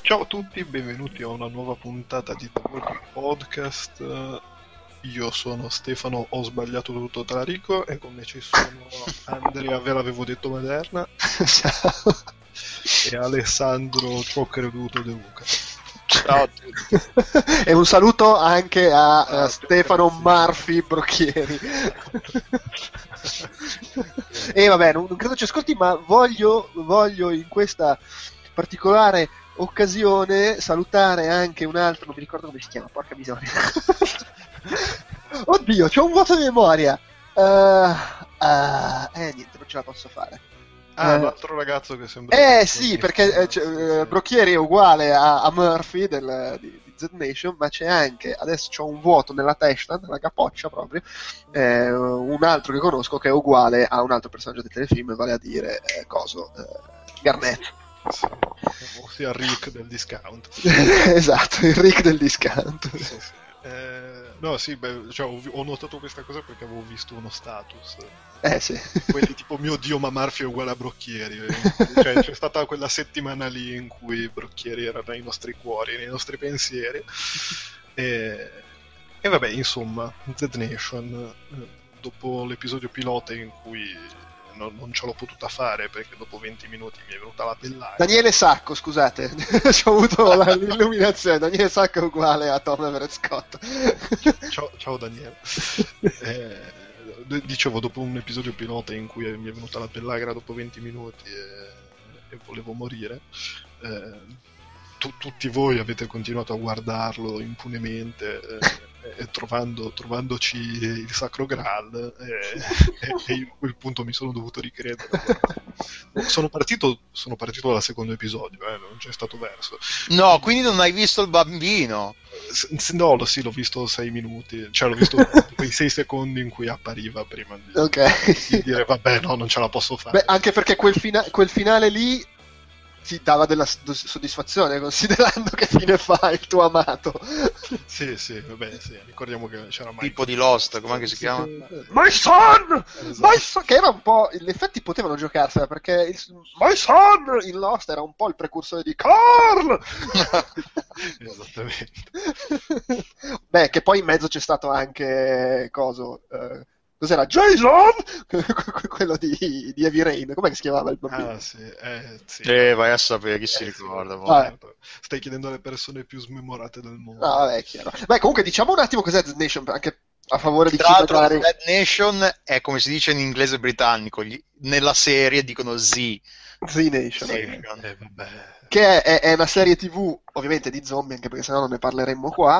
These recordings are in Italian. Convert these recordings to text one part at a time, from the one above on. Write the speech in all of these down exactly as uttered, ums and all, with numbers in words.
Ciao a tutti, benvenuti a una nuova puntata di The Working Podcast. Io sono Stefano, ho sbagliato tutto Talarico e con me ci sono Andrea, ve l'avevo detto Maderna. Ciao. E Alessandro, ci ho creduto De Luca. Ciao a tutti. E un saluto anche a, a Ah, Stefano grazie. Murphy Brocchieri. E vabbè, non, non credo ci ascolti, ma voglio, voglio in questa particolare occasione salutare anche un altro, non mi ricordo come si chiama, porca miseria. Oddio, c'ho un vuoto di memoria. Uh, uh, eh, niente, non ce la posso fare. Ah, Eh, l'altro ragazzo che sembra... Eh sì, perché eh, cioè, eh, Brocchieri è uguale a, a Murphy del, di, di Z Nation, ma c'è anche, adesso c'ho un vuoto nella testa, nella capoccia proprio, eh, un altro che conosco che è uguale a un altro personaggio del telefilm, vale a dire, eh, coso, eh, Garnett. Sì, ossia Rick del discount. Esatto, il Rick del discount. Sì, sì. Eh, no, sì, beh, cioè, ho, vi- ho notato questa cosa perché avevo visto uno status. Eh sì. Quelli tipo, mio Dio, ma Murphy è uguale a Brocchieri. eh. Cioè, c'è stata quella settimana lì in cui Brocchieri era nei nostri cuori, nei nostri pensieri. E, e vabbè, insomma, Z Nation, eh, dopo l'episodio pilota in cui non, non ce l'ho potuta fare perché dopo venti minuti mi è venuta la pellaria. Daniele Sacco, scusate, ci ho avuto la- l'illuminazione. Daniele Sacco è uguale a Tom Everett Scott. Ciao, ciao Daniele. Eh, d- dicevo, dopo un episodio pilota in cui mi è venuta la pellagra dopo venti minuti e, e volevo morire, eh, tu- tutti voi avete continuato a guardarlo impunemente, eh, e trovando, trovandoci il Sacro Graal, eh, e, e io a quel punto mi sono dovuto ricredere. Sono partito, sono partito dal secondo episodio, eh, non c'è stato verso. No, quindi non hai visto il bambino. S- s- No, lo, sì, l'ho visto sei minuti, cioè l'ho visto quei sei secondi in cui appariva prima di, di Ok. dire vabbè no, non ce la posso fare. Beh, anche perché quel, fina- quel finale lì ti dava della s- soddisfazione, considerando che fine fa il tuo amato. Sì, sì, vabbè, sì, ricordiamo che c'era mai Tipo di Lost, com'è che si chiama? My son! Esatto. My son! Che era un po'... In effetti potevano giocarsela, perché il... My son! In Lost era un po' il precursore di Carl! Esattamente. Beh, che poi in mezzo c'è stato anche... Coso... eh, cos'era? Jason! Quello di, di Heavy Rain. Com'è che si chiamava il bambino? Ah, sì, eh, sì. Eh, vai a sapere chi si Eh, sì, ricorda. vabbè, poi. Vabbè. Stai chiedendo alle persone più smemorate del mondo. Ah, vabbè, è chiaro. Beh, comunque diciamo un attimo cos'è Z Nation, anche a favore di Tra chi l'altro, magari... Dead Nation è come si dice in inglese britannico. Gli- nella serie dicono Z. Z Nation. Sì. Eh, vabbè. Che è, è una serie tivù, ovviamente di zombie, anche perché sennò non ne parleremmo qua,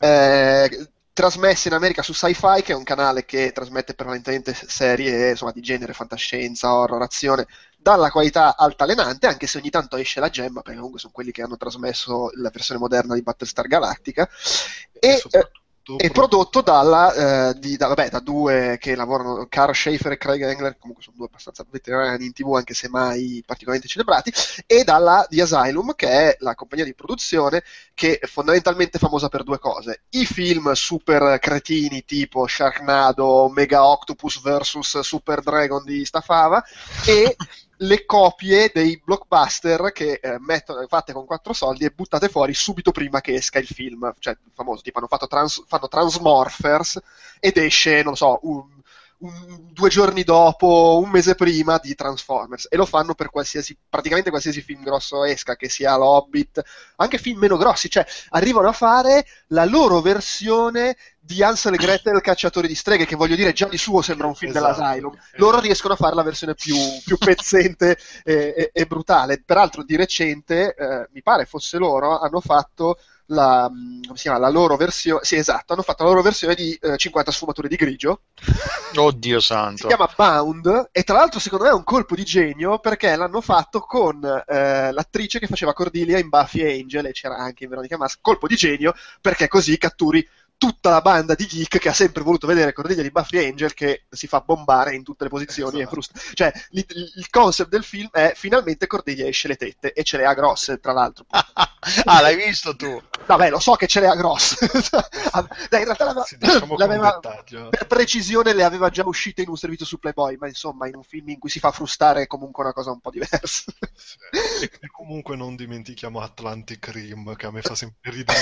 eh, trasmessa in America su Sci-Fi, che è un canale che trasmette prevalentemente serie, insomma, di genere, fantascienza, horror, azione, dalla qualità altalenante, anche se ogni tanto esce la gemma, perché comunque sono quelli che hanno trasmesso la versione moderna di Battlestar Galactica, e, eh, soprattutto è prodotto dalla, eh, di, da, vabbè, da due che lavorano, Cara Schaefer e Craig Engler, comunque sono due abbastanza veterani in tivù, anche se mai particolarmente celebrati, e dalla di Asylum, che è la compagnia di produzione che è fondamentalmente famosa per due cose: i film super cretini tipo Sharknado, Mega Octopus versus Super Dragon di Stafava, e le copie dei blockbuster che eh, mettono, fatte con quattro soldi e buttate fuori subito prima che esca il film, cioè famoso, tipo hanno fatto trans, fanno Transmorphers ed esce, non lo so, un, un, due giorni dopo, un mese prima di Transformers, e lo fanno per qualsiasi, praticamente qualsiasi film grosso esca, che sia l'Hobbit, anche film meno grossi, cioè arrivano a fare la loro versione di Hansel e Gretel cacciatori di streghe, che voglio dire già di suo sembra un film Esatto, dell'Asylum. esatto. Loro riescono a fare la versione più, più pezzente e, e, e brutale. Peraltro di recente, eh, mi pare fosse loro, hanno fatto la, come si chiama, la loro versione, sì esatto, hanno fatto la loro versione di eh, cinquanta sfumature di grigio. Oddio Si santo. chiama Bound, e tra l'altro secondo me è un colpo di genio, perché l'hanno fatto con eh, l'attrice che faceva Cordelia in Buffy e Angel, e c'era anche in Veronica Mars. Colpo di genio, perché così catturi tutta la banda di geek che ha sempre voluto vedere Cordelia di Buffy Angel che si fa bombare in tutte le posizioni, esatto. E frustra. Cioè il, il concept del film è finalmente Cordelia esce le tette e ce le ha grosse, tra l'altro. Ah, l'hai visto tu? Vabbè, lo so che ce le ha grosse. Dai, in realtà l'aveva, sì, diciamo l'aveva per precisione le aveva già uscite in un servizio su Playboy, ma insomma in un film in cui si fa frustare è comunque una cosa un po' diversa. Sì. E comunque non dimentichiamo Atlantic Rim, che a me fa sempre ridere.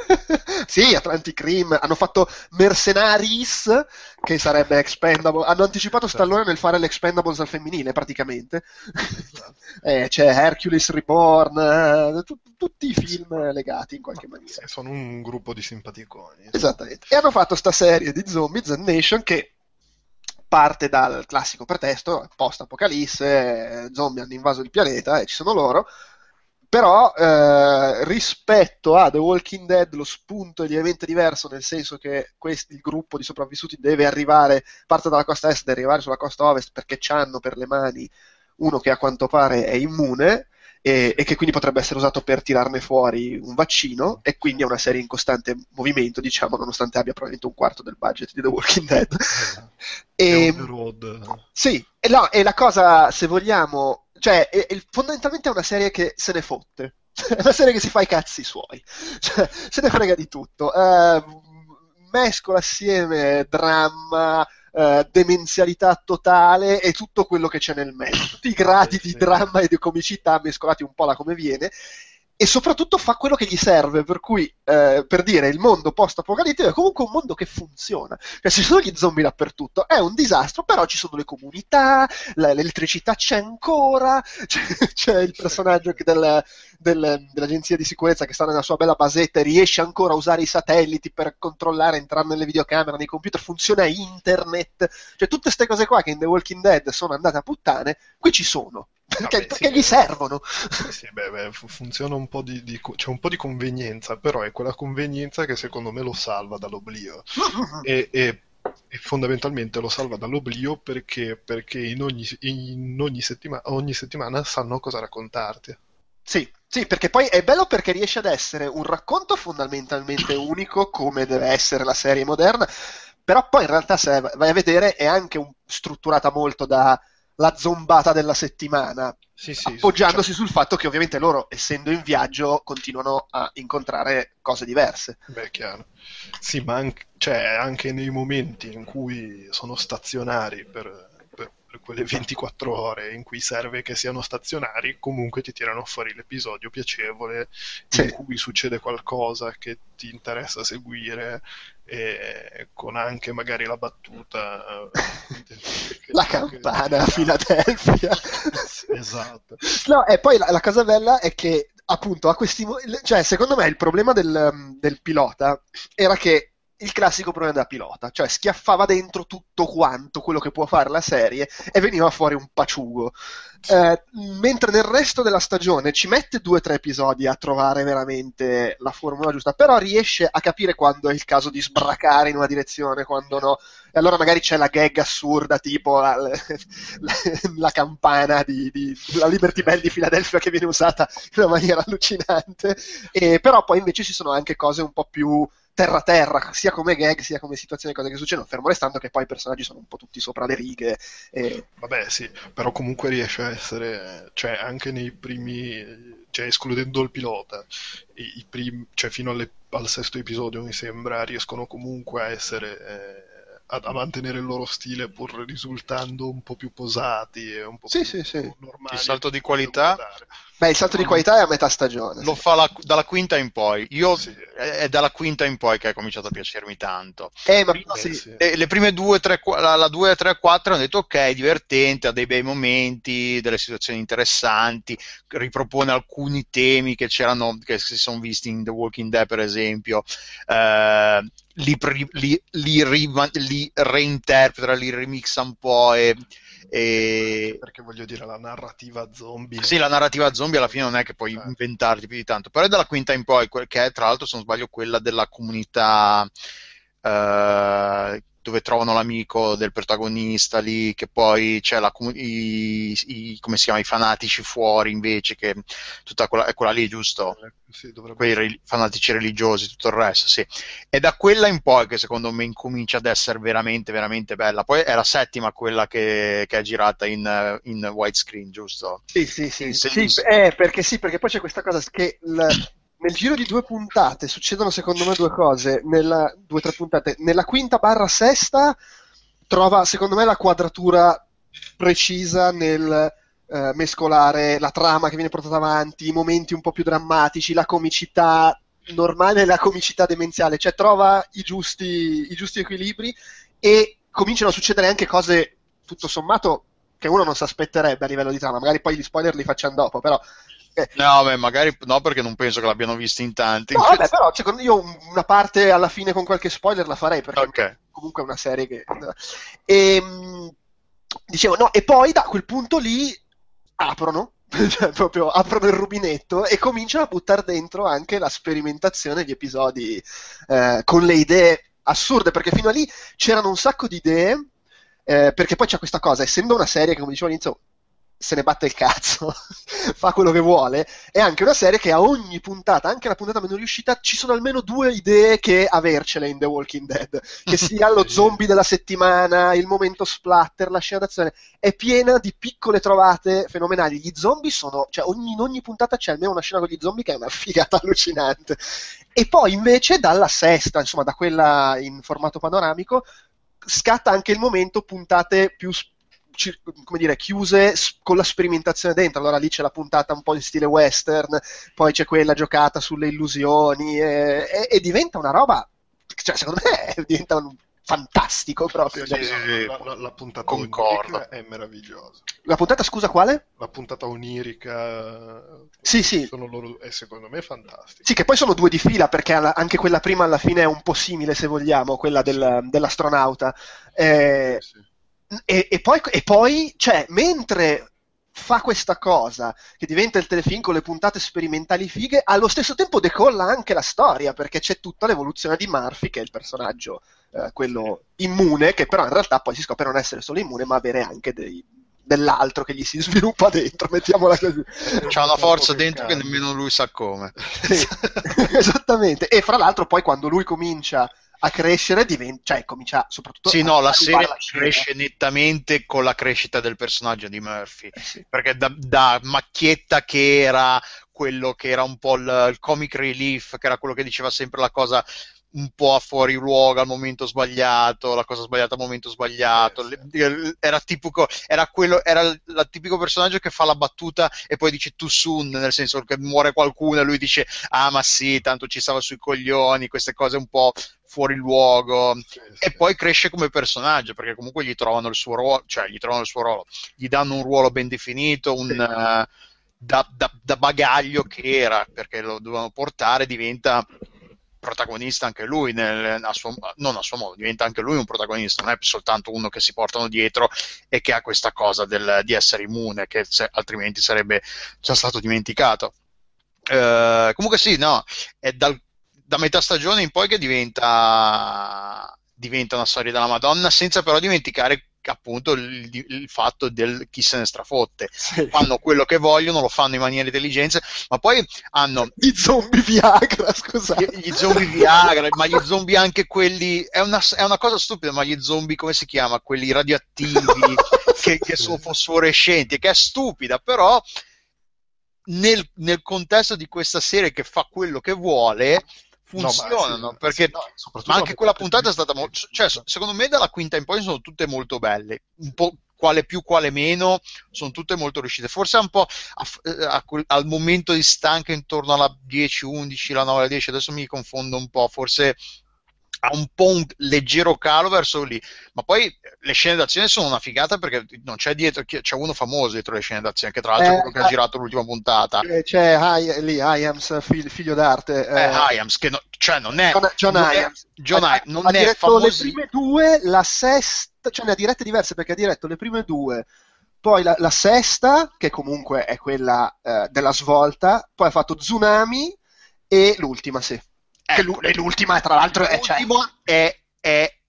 Sì, Atlantic Rim, hanno fatto Mercenaries, che sarebbe Expendable, hanno anticipato Stallone nel fare l'Expendables al femminile praticamente. eh, c'è Hercules Reborn, eh, t- tutti i film legati in qualche maniera. Sì, sono un gruppo di simpaticoni. Esattamente. E hanno fatto sta serie di zombie, Z Nation, che parte dal classico pretesto, post-apocalisse, zombie hanno invaso il pianeta e ci sono loro, però eh, rispetto a The Walking Dead lo spunto è lievemente diverso, nel senso che questi, il gruppo di sopravvissuti deve arrivare, parte dalla costa est, deve arrivare sulla costa ovest perché c'hanno per le mani uno che a quanto pare è immune e, e che quindi potrebbe essere usato per tirarne fuori un vaccino, e quindi è una serie in costante movimento, diciamo, nonostante abbia probabilmente un quarto del budget di The Walking Dead. e, e sì, e, no, e la cosa, se vogliamo, cioè è, è, fondamentalmente è una serie che se ne fotte, è una serie che si fa i cazzi suoi, cioè, se ne frega di tutto, uh, mescola assieme dramma, Uh, demenzialità totale e tutto quello che c'è nel mezzo, tutti i gradi sì, di sì. dramma e di comicità mescolati un po' là come viene, e soprattutto fa quello che gli serve, per cui uh, per dire il mondo post-apocalittico è comunque un mondo che funziona, cioè ci sono gli zombie dappertutto, è un disastro, però ci sono le comunità, la, l'elettricità c'è ancora, c'è, c'è il personaggio che del, del, dell'agenzia di sicurezza che sta nella sua bella basetta e riesce ancora a usare i satelliti per controllare, entrare nelle videocamere, nei computer, funziona internet, cioè tutte queste cose qua che in The Walking Dead sono andate a puttane, qui ci sono. Perché, Vabbè, perché sì, gli servono. Sì, beh, beh, funziona un po' di, di c'è un po' di convenienza, però è quella convenienza che secondo me lo salva dall'oblio e, e, e fondamentalmente lo salva dall'oblio perché, perché in ogni, in ogni, settima, ogni settimana sanno cosa raccontarti. Sì, sì, perché poi è bello perché riesce ad essere un racconto fondamentalmente unico come deve essere la serie moderna, però poi in realtà se vai a vedere è anche un, strutturata molto da la zombata della settimana, sì, sì, appoggiandosi cioè... sul fatto che ovviamente loro, essendo in viaggio, continuano a incontrare cose diverse. Beh, chiaro. Sì, ma anche, cioè, anche nei momenti in cui sono stazionari per, per, per quelle ventiquattro ore in cui serve che siano stazionari, comunque ti tirano fuori l'episodio piacevole, sì. In cui succede qualcosa che ti interessa seguire, e con anche magari la battuta la campana a Filadelfia. Esatto. No, e poi la, la cosa bella è che appunto a questi cioè secondo me il problema del, del pilota era che il classico problema della pilota, cioè schiaffava dentro tutto quanto quello che può fare la serie e veniva fuori un paciugo. Eh, mentre nel resto della stagione ci mette due o tre episodi a trovare veramente la formula giusta, però riesce a capire quando è il caso di sbracare in una direzione, quando no, e allora magari c'è la gag assurda tipo la, la, la campana di, di la Liberty Bell di Filadelfia che viene usata in una maniera allucinante, e però poi invece ci sono anche cose un po' più terra terra, sia come gag sia come situazioni, cose che succedono, fermo restando che poi i personaggi sono un po' tutti sopra le righe e... Vabbè sì, però comunque riesce a essere, cioè anche nei primi, cioè escludendo il pilota, i, i primi, cioè fino alle, al sesto episodio mi sembra riescono comunque a essere eh, a, a mantenere il loro stile pur risultando un po' più posati e un po' sì, più sì, sì. Il normali. salto di qualità Beh, il salto di qualità è a metà stagione. Lo sì. fa la, dalla quinta in poi. Io sì. È dalla quinta in poi che ha cominciato a piacermi tanto. Eh, ma Prima, sì. sì. le, le prime due, tre, la, la due, tre, quattro hanno detto ok, divertente, ha dei bei momenti, delle situazioni interessanti, ripropone alcuni temi che c'erano, che si sono visti in The Walking Dead, per esempio. Eh, li, li, li, li, li reinterpreta, li remixa un po' e E... perché voglio dire la narrativa zombie sì, la narrativa zombie alla fine non è che puoi eh. inventarti più di tanto, però è dalla quinta in poi, che è tra l'altro se non sbaglio quella della comunità uh, dove trovano l'amico del protagonista lì, che poi c'è la, i, i, come si chiama, i fanatici fuori invece, che tutta quella, è quella lì, giusto? Sì, quei re, fanatici religiosi, tutto il resto, sì. È da quella in poi che secondo me incomincia ad essere veramente, veramente bella. Poi è la settima quella che, che è girata in, in widescreen, giusto? Sì, sì, sì. In, sì in... eh, perché sì, perché poi c'è questa cosa che il, nel giro di due puntate succedono secondo me due cose. Nella, due o tre puntate. Nella quinta barra sesta trova secondo me la quadratura precisa nel Uh, mescolare la trama che viene portata avanti, i momenti un po' più drammatici, la comicità normale e la comicità demenziale, cioè trova i giusti, i giusti equilibri e cominciano a succedere anche cose tutto sommato che uno non si aspetterebbe a livello di trama, magari poi gli spoiler li facciamo dopo, però eh. no, beh, magari no, perché non penso che l'abbiano visto in tanti. No, vabbè, però secondo io una parte alla fine con qualche spoiler la farei, perché okay. comunque è una serie che e, dicevo, no, e poi da quel punto lì aprono, cioè proprio aprono il rubinetto e cominciano a buttare dentro anche la sperimentazione di episodi eh, con le idee assurde, perché fino a lì c'erano un sacco di idee, eh, perché poi c'è questa cosa, essendo una serie che come dicevo all'inizio se ne batte il cazzo, fa quello che vuole, è anche una serie che a ogni puntata, anche la puntata meno riuscita, ci sono almeno due idee che avercele in The Walking Dead, che sia lo zombie della settimana, il momento splatter, la scena d'azione, è piena di piccole trovate fenomenali. Gli zombie sono, cioè ogni, in ogni puntata c'è almeno una scena con gli zombie che è una figata allucinante. E poi invece dalla sesta, insomma da quella in formato panoramico, scatta anche il momento puntate più come dire, chiuse con la sperimentazione dentro. Allora lì c'è la puntata un po' in stile western, poi c'è quella giocata sulle illusioni e, e, e diventa una roba, cioè secondo me diventa un fantastico proprio. Sì, sì, sì. La, la, la puntata Concordo. onirica è meravigliosa. La puntata, scusa, quale? La puntata onirica, sì, sì. Sono loro, è secondo me fantastica. Sì, che poi sono due di fila, perché alla, anche quella prima alla fine è un po' simile, se vogliamo, quella del, dell'astronauta. Eh, sì, sì. E, e, poi, e poi, cioè, mentre fa questa cosa, che diventa il telefilm con le puntate sperimentali fighe, allo stesso tempo decolla anche la storia, perché c'è tutta l'evoluzione di Murphy, che è il personaggio, eh, quello immune, che però in realtà poi si scopre non essere solo immune, ma avere anche dei, dell'altro che gli si sviluppa dentro, mettiamola così. C'ha una forza dentro che nemmeno lui sa come. Sì, esattamente. E fra l'altro poi quando lui comincia a crescere diventa, cioè comincia soprattutto sì, a no, la serie la cresce nettamente con la crescita del personaggio di Murphy, eh sì. perché da, da macchietta che era quello che era un po' il, il comic relief, che era quello che diceva sempre la cosa un po' a fuori luogo al momento sbagliato, la cosa sbagliata al momento sbagliato, eh, sì. era tipico, era quello, era il tipico personaggio che fa la battuta e poi dice too soon, nel senso che muore qualcuno e lui dice ah ma sì, tanto ci stava sui coglioni, queste cose un po' fuori luogo, sì, sì. E poi cresce come personaggio, perché comunque gli trovano il suo ruolo, cioè gli trovano il suo ruolo, gli danno un ruolo ben definito, un... Sì. Uh, da, da, da bagaglio che era, perché lo dovevano portare, diventa protagonista anche lui, nel, a suo, non a suo modo, diventa anche lui un protagonista, non è soltanto uno che si portano dietro e che ha questa cosa del, di essere immune, che se, altrimenti sarebbe già stato dimenticato. Eh, comunque sì, no, è dal, da metà stagione in poi che diventa, diventa una storia della Madonna, senza però dimenticare appunto il, il fatto del chi se ne strafotte, sì. Fanno quello che vogliono, lo fanno in maniera intelligente, ma poi hanno gli zombie Viagra, scusate, gli, gli zombie Viagra, ma gli zombie anche quelli, è una, è una cosa stupida, ma gli zombie come si chiama? Quelli radioattivi che, che sono fosforescenti, che è stupida, però nel, nel contesto di questa serie che fa quello che vuole funzionano, no, sì, perché sì, no, ma anche quella puntata è stata molto, cioè secondo me dalla quinta in poi sono tutte molto belle, un po' quale più quale meno, sono tutte molto riuscite, forse un po' a, a, a, al momento di stanca intorno alla dieci undici, la nove alla dieci, adesso mi confondo un po', forse ha un po' un leggero calo verso lì, ma poi le scene d'azione sono una figata perché non c'è dietro, c'è uno famoso dietro le scene d'azione, che tra l'altro eh, è quello che ha girato l'ultima puntata, c'è Hi, lì Hyams, figlio, figlio d'arte, eh, eh, Hyams, che no, cioè non è John, John non Hyams, è, John ha, Hyams non ha è diretto famosi... le prime due, la sesta, cioè ne ha dirette diverse perché ha diretto le prime due, poi la, la sesta, che comunque è quella eh, della svolta, poi ha fatto Tsunami e l'ultima, sì. Che ecco, l'ultima, tra l'altro, è, cioè... è, è, è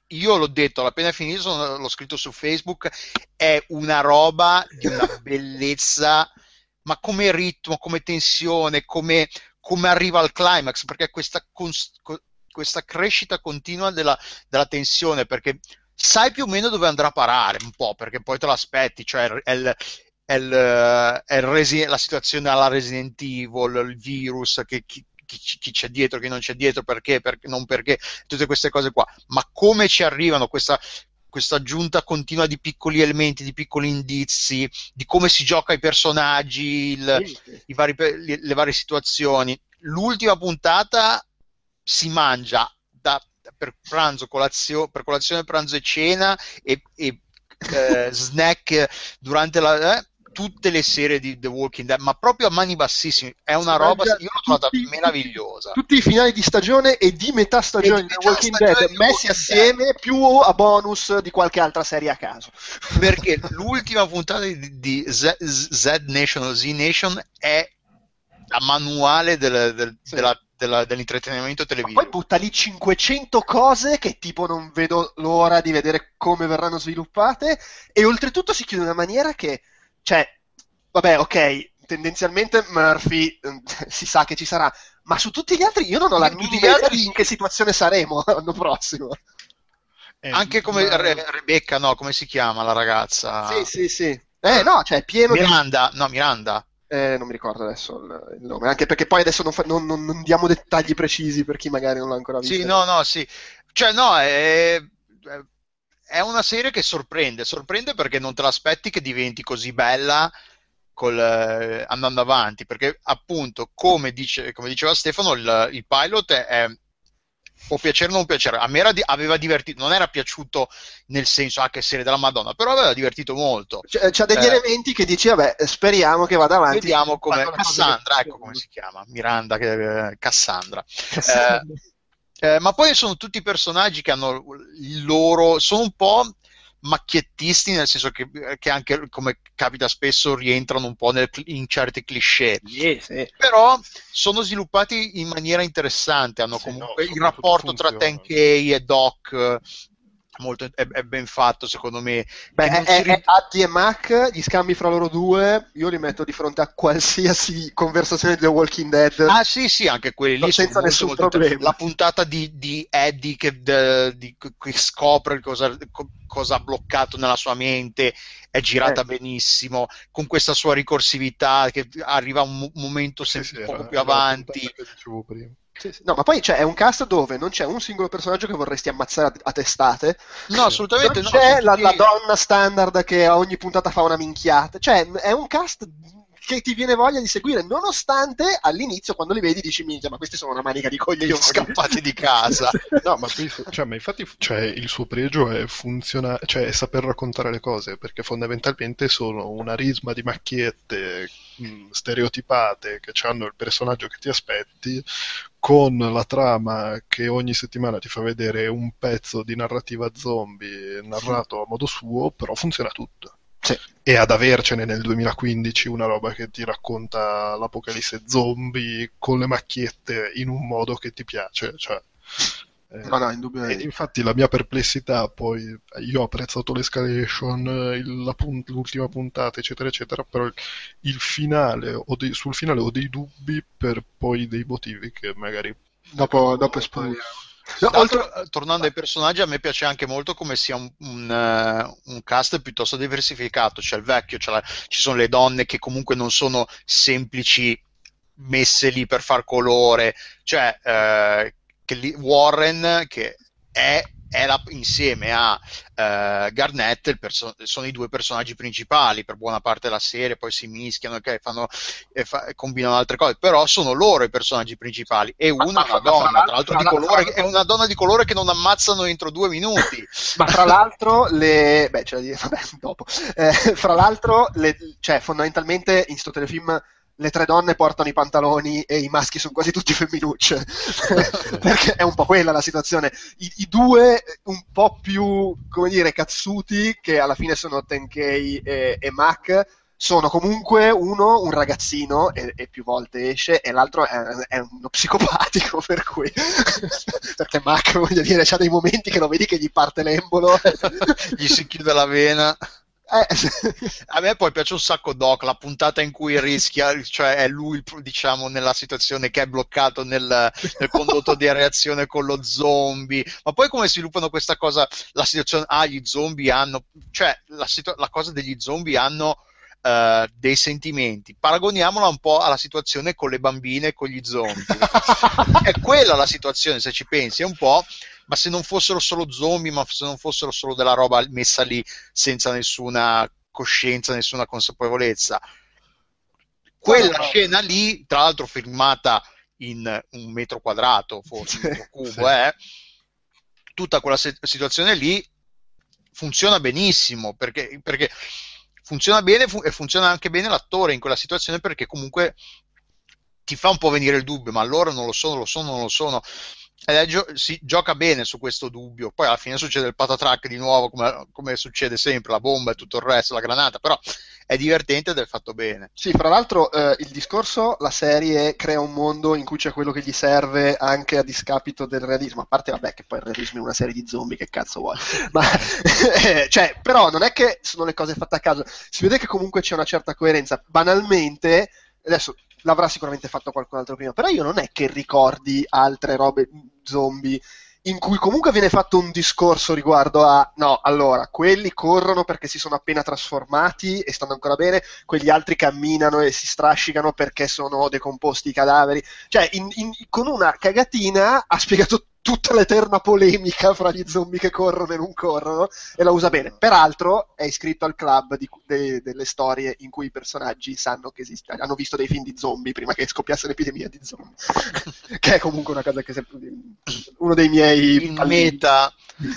io l'ho detto, l'ho appena finito, sono, l'ho scritto su Facebook, è una roba di una bellezza, ma come ritmo, come tensione, come, come arriva al climax, perché questa, cons- questa crescita continua della, della tensione, perché sai più o meno dove andrà a parare, un po', perché poi te lo aspetti, cioè è il, è il, è il resi- la situazione alla Resident Evil, il virus, che chi, chi, chi c'è dietro, chi non c'è dietro, perché, perché, non perché, tutte queste cose qua, ma come ci arrivano questa, questa aggiunta continua di piccoli elementi, di piccoli indizi, di come si gioca i personaggi, il, Sì, sì. i vari, le, le varie situazioni. L'ultima puntata si mangia da, per pranzo, colazio, per colazione, pranzo e cena e, e eh, snack durante la... Eh, tutte le serie di The Walking Dead, ma proprio a mani bassissime, è una Si roba, mangia io l'ho trovata tutti- meravigliosa. Tutti i finali di stagione e di metà stagione E di di The metà Walking stagione Dead di The messi Walking assieme più a bonus di qualche altra serie a caso. Perché l'ultima puntata di, di Z, Z Nation o Z Nation è la manuale del, del, Sì. della, della, dell'intrattenimento Ma televisivo. poi butta lì cinquecento cose che tipo non vedo l'ora di vedere come verranno sviluppate, e oltretutto si chiude in una maniera che, cioè, vabbè, ok, tendenzialmente Murphy eh, si sa che ci sarà, ma su tutti gli altri io non ho la Tutti gli minima idea altri di in che situazione saremo l'anno prossimo. Eh, Anche come ma- Re- Rebecca, no, come si chiama la ragazza? Sì, sì, sì. Eh, no, cioè, è pieno di... Miranda, no, Miranda. Eh, non mi ricordo adesso il, il nome, anche perché poi adesso non, fa- non- non- non diamo dettagli precisi per chi magari non l'ha ancora vista. Sì, no, no, sì. Cioè, no, è, è una serie che sorprende, sorprende perché non te l'aspetti che diventi così bella col, eh, andando avanti, perché appunto, come, dice, come diceva Stefano, il, il pilot è, è- può piacere o non piacere. A me era di- aveva divertito, non era piaciuto nel senso, ah, che serie della Madonna, però aveva divertito molto. C'è, c'ha degli Eh, elementi che dici, vabbè, speriamo che vada avanti. Vediamo come Quando le cose Cassandra, le- ecco come si chiama, Miranda, che, eh, Cassandra. Cassandra. Eh, eh, ma poi sono tutti personaggi che hanno il loro, sono un po' macchiettisti, nel senso che, che anche, come capita spesso, rientrano un po' nel- in certi cliché. Sì, sì. Però sono sviluppati in maniera interessante, hanno Sì, comunque no, il soprattutto rapporto tra funzionano. Tenkei e Doc, eh, molto, è, è ben fatto secondo me. Beh, che non è, si è ri- Addy e Mac, gli scambi fra loro due, io li metto di fronte a qualsiasi conversazione di The Walking Dead. Ah sì, sì, anche quelli lì sono Senza molto, nessun molto inter- problema. La puntata di, di Eddie che, de- di- che scopre cosa, co- cosa ha bloccato nella sua mente è girata Eh. benissimo, con questa sua ricorsività che arriva a un mo- momento Sì, sempre sì, un era- poco più era la avanti. puntata che dicevo prima. Sì, sì. No, ma poi c'è, è un cast dove non c'è un singolo personaggio che vorresti ammazzare a, a testate. No, assolutamente Non no. c'è sono la, tutti- la donna standard che a ogni puntata fa una minchiata. Cioè, è un cast che ti viene voglia di seguire, nonostante all'inizio, quando li vedi, dici: minchia, ma questi sono una manica di coglioni. scappati di casa. No, ma poi, cioè, ma infatti, cioè, il suo pregio è funziona, cioè, è saper raccontare le cose, perché fondamentalmente sono una risma di macchiette mh, stereotipate che hanno il personaggio che ti aspetti, con la trama che ogni settimana ti fa vedere un pezzo di narrativa zombie narrato a modo suo, però funziona tutto. Sì. E ad avercene nel duemilaquindici una roba che ti racconta l'apocalisse zombie con le macchiette in un modo che ti piace, cioè, eh, No, no, e indubbiamente. infatti la mia perplessità, poi io ho apprezzato l'escalation, il- la pun- l'ultima puntata, eccetera, eccetera, però il, il finale, ho dei- sul finale ho dei dubbi per poi dei motivi che magari Dopo, dopo esplodiamo. No, Tra l'altro, oltre- eh, tornando ai personaggi, a me piace anche molto come sia un, un, eh, un cast piuttosto diversificato. C'è il vecchio, c'è la- ci sono le donne che comunque non sono semplici messe lì per far colore. Cioè, eh, che lì- Warren, che è, è la- insieme a eh, Garnett, il perso- sono i due personaggi principali per buona parte della serie, poi si mischiano ok, fanno, e fa- e combinano altre cose, però sono loro i personaggi principali. E una ma è una fra- ma fra donna, tra l'altro di fra- colore, fra- è una donna di colore che non ammazzano entro due minuti. Ma fra l'altro, le... Beh, c'è da dire, vabbè, dopo. Eh, fra l'altro, le... cioè, fondamentalmente in sto telefilm le tre donne portano i pantaloni e i maschi sono quasi tutti femminucce. Perché è un po' quella la situazione. I, i due un po' più, come dire, cazzuti, che alla fine sono Tenkei e, e Mac, sono comunque uno un ragazzino e, e più volte esce, e l'altro è, è uno psicopatico, per cui perché Mac, voglio dire, c'ha dei momenti che lo vedi che gli parte l'embolo, gli si chiude la vena. Eh. A me poi piace un sacco Doc, la puntata in cui rischia, cioè è lui, diciamo, nella situazione che è bloccato nel, nel condotto di reazione con lo zombie, ma poi come sviluppano questa cosa, la situazione, ah, gli zombie hanno, cioè la, situ- la cosa degli zombie hanno uh, dei sentimenti, paragoniamola un po' alla situazione con le bambine e con gli zombie. È quella la situazione, se ci pensi, è un po'. Ma se non fossero solo zombie, ma se non fossero solo della roba messa lì senza nessuna coscienza, nessuna consapevolezza, quella no, no. scena lì, tra l'altro filmata in un metro quadrato, forse un metro cubo, sì. eh, tutta quella se- situazione lì funziona benissimo, perché, perché funziona bene fu- e funziona anche bene l'attore in quella situazione, perché comunque ti fa un po' venire il dubbio, ma allora non lo sono, lo sono, non lo sono. E gio- si gioca bene su questo dubbio, poi alla fine succede il patatrack di nuovo, come, come succede sempre, la bomba e tutto il resto, la granata, però è divertente ed è fatto bene. Sì, fra l'altro eh, il discorso, la serie crea un mondo in cui c'è quello che gli serve anche a discapito del realismo, a parte vabbè che poi il realismo è una serie di zombie, che cazzo vuoi, ma cioè, però non è che sono le cose fatte a caso, si vede che comunque c'è una certa coerenza, banalmente, adesso l'avrà sicuramente fatto qualcun altro prima, però io non è che ricordi altre robe zombie in cui comunque viene fatto un discorso riguardo a no, allora, quelli corrono perché si sono appena trasformati e stanno ancora bene, quegli altri camminano e si strascicano perché sono decomposti i cadaveri, cioè in, in, con una cagatina ha spiegato tutta l'eterna polemica fra gli zombie che corrono e non corrono, e la usa bene. Peraltro è iscritto al club di, de, delle storie in cui i personaggi sanno che esiste, hanno visto dei film di zombie prima che scoppiasse l'epidemia di zombie, che è comunque una cosa che è sempre uno dei miei il meta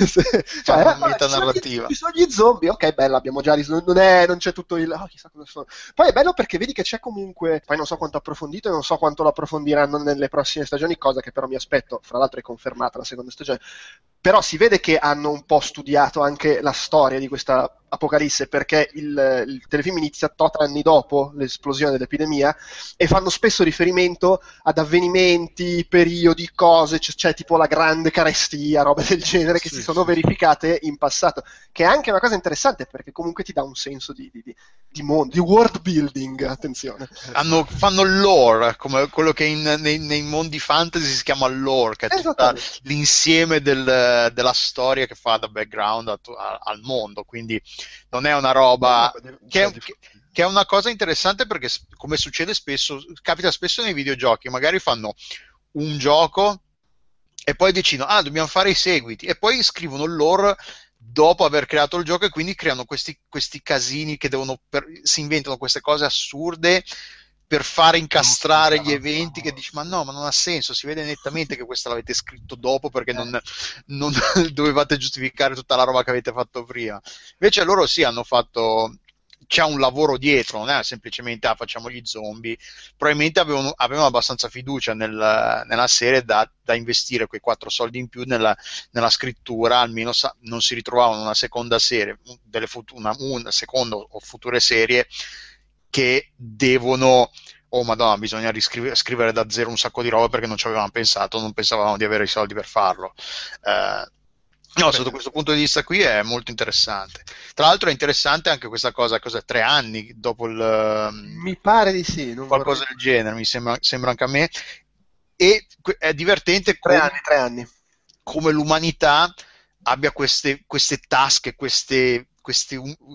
cioè, la eh, meta narrativa. Ci sono gli zombie, ok, bello, abbiamo già ris- non, è, non c'è tutto il oh, chissà cosa sono. Poi è bello perché vedi che c'è comunque, poi non so quanto approfondito e non so quanto lo approfondiranno nelle prossime stagioni, cosa che però mi aspetto, fra l'altro è confermata la seconda stagione, però si vede che hanno un po' studiato anche la storia di questa apocalisse, perché il, il telefilm inizia tot anni dopo l'esplosione dell'epidemia e fanno spesso riferimento ad avvenimenti, periodi, cose, c'è, c'è tipo la grande carestia, robe del genere che sì, si sono sì. verificate in passato, che è anche una cosa interessante perché comunque ti dà un senso di, di, di mondo, di world building, attenzione. Hanno, fanno lore, come quello che in, nei, nei mondi fantasy si chiama lore, che è tutta l'insieme del, della storia che fa da background a, a, al mondo, quindi non è una roba no, che, è, che, che è una cosa interessante, perché come succede spesso, capita spesso nei videogiochi, magari fanno un gioco e poi decidono, ah, dobbiamo fare i seguiti, e poi scrivono il lore dopo aver creato il gioco, e quindi creano questi, questi casini che devono per, si inventano queste cose assurde per fare incastrare gli eventi, che dici ma no, ma non ha senso, si vede nettamente che questo l'avete scritto dopo perché non, non dovevate giustificare tutta la roba che avete fatto prima. Invece loro sì, hanno fatto, c'è un lavoro dietro, non è semplicemente ah, facciamo gli zombie, probabilmente avevano, avevano abbastanza fiducia nel, nella serie da, da investire quei quattro soldi in più nella, nella scrittura, almeno sa, non si ritrovavano una seconda serie, delle fut- una, una seconda o future serie che devono, oh madonna, bisogna riscrivere scrivere da zero un sacco di roba perché non ci avevamo pensato, non pensavamo di avere i soldi per farlo. Eh, no, sotto questo punto di vista qui è molto interessante. Tra l'altro è interessante anche questa cosa, cos'è, tre anni dopo il... Mi pare di sì. Non qualcosa vorrei... del genere, mi sembra, sembra anche a me. E è divertente tre come, anni, tre anni. come l'umanità abbia queste, queste tasche, queste... queste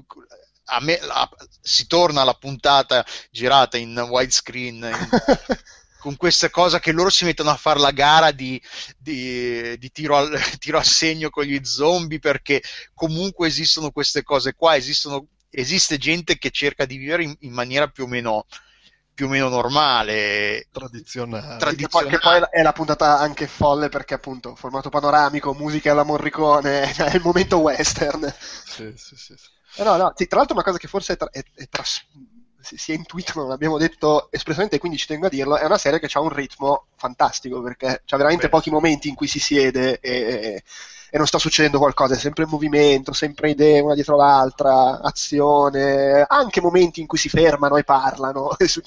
a me la, si torna alla puntata girata in widescreen in, con queste cose che loro si mettono a fare la gara di, di, di tiro, al, tiro a segno con gli zombie, perché comunque esistono queste cose qua, esistono, esiste gente che cerca di vivere in, in maniera più o meno più o meno normale, tradizionale, tradizionale. Che poi è la puntata anche folle perché appunto formato panoramico, musica alla Morricone, è il momento western. Sì, sì, sì, sì. No, no, sì, tra l'altro una cosa che forse è, tra- è, è tras- si, si è intuito, ma non l'abbiamo detto espressamente, quindi ci tengo a dirlo, è una serie che ha un ritmo fantastico, perché c'ha veramente Beh, pochi momenti in cui si siede e, e non sta succedendo qualcosa, è sempre in movimento, sempre idee una dietro l'altra, azione, anche momenti in cui si fermano e parlano. Sì,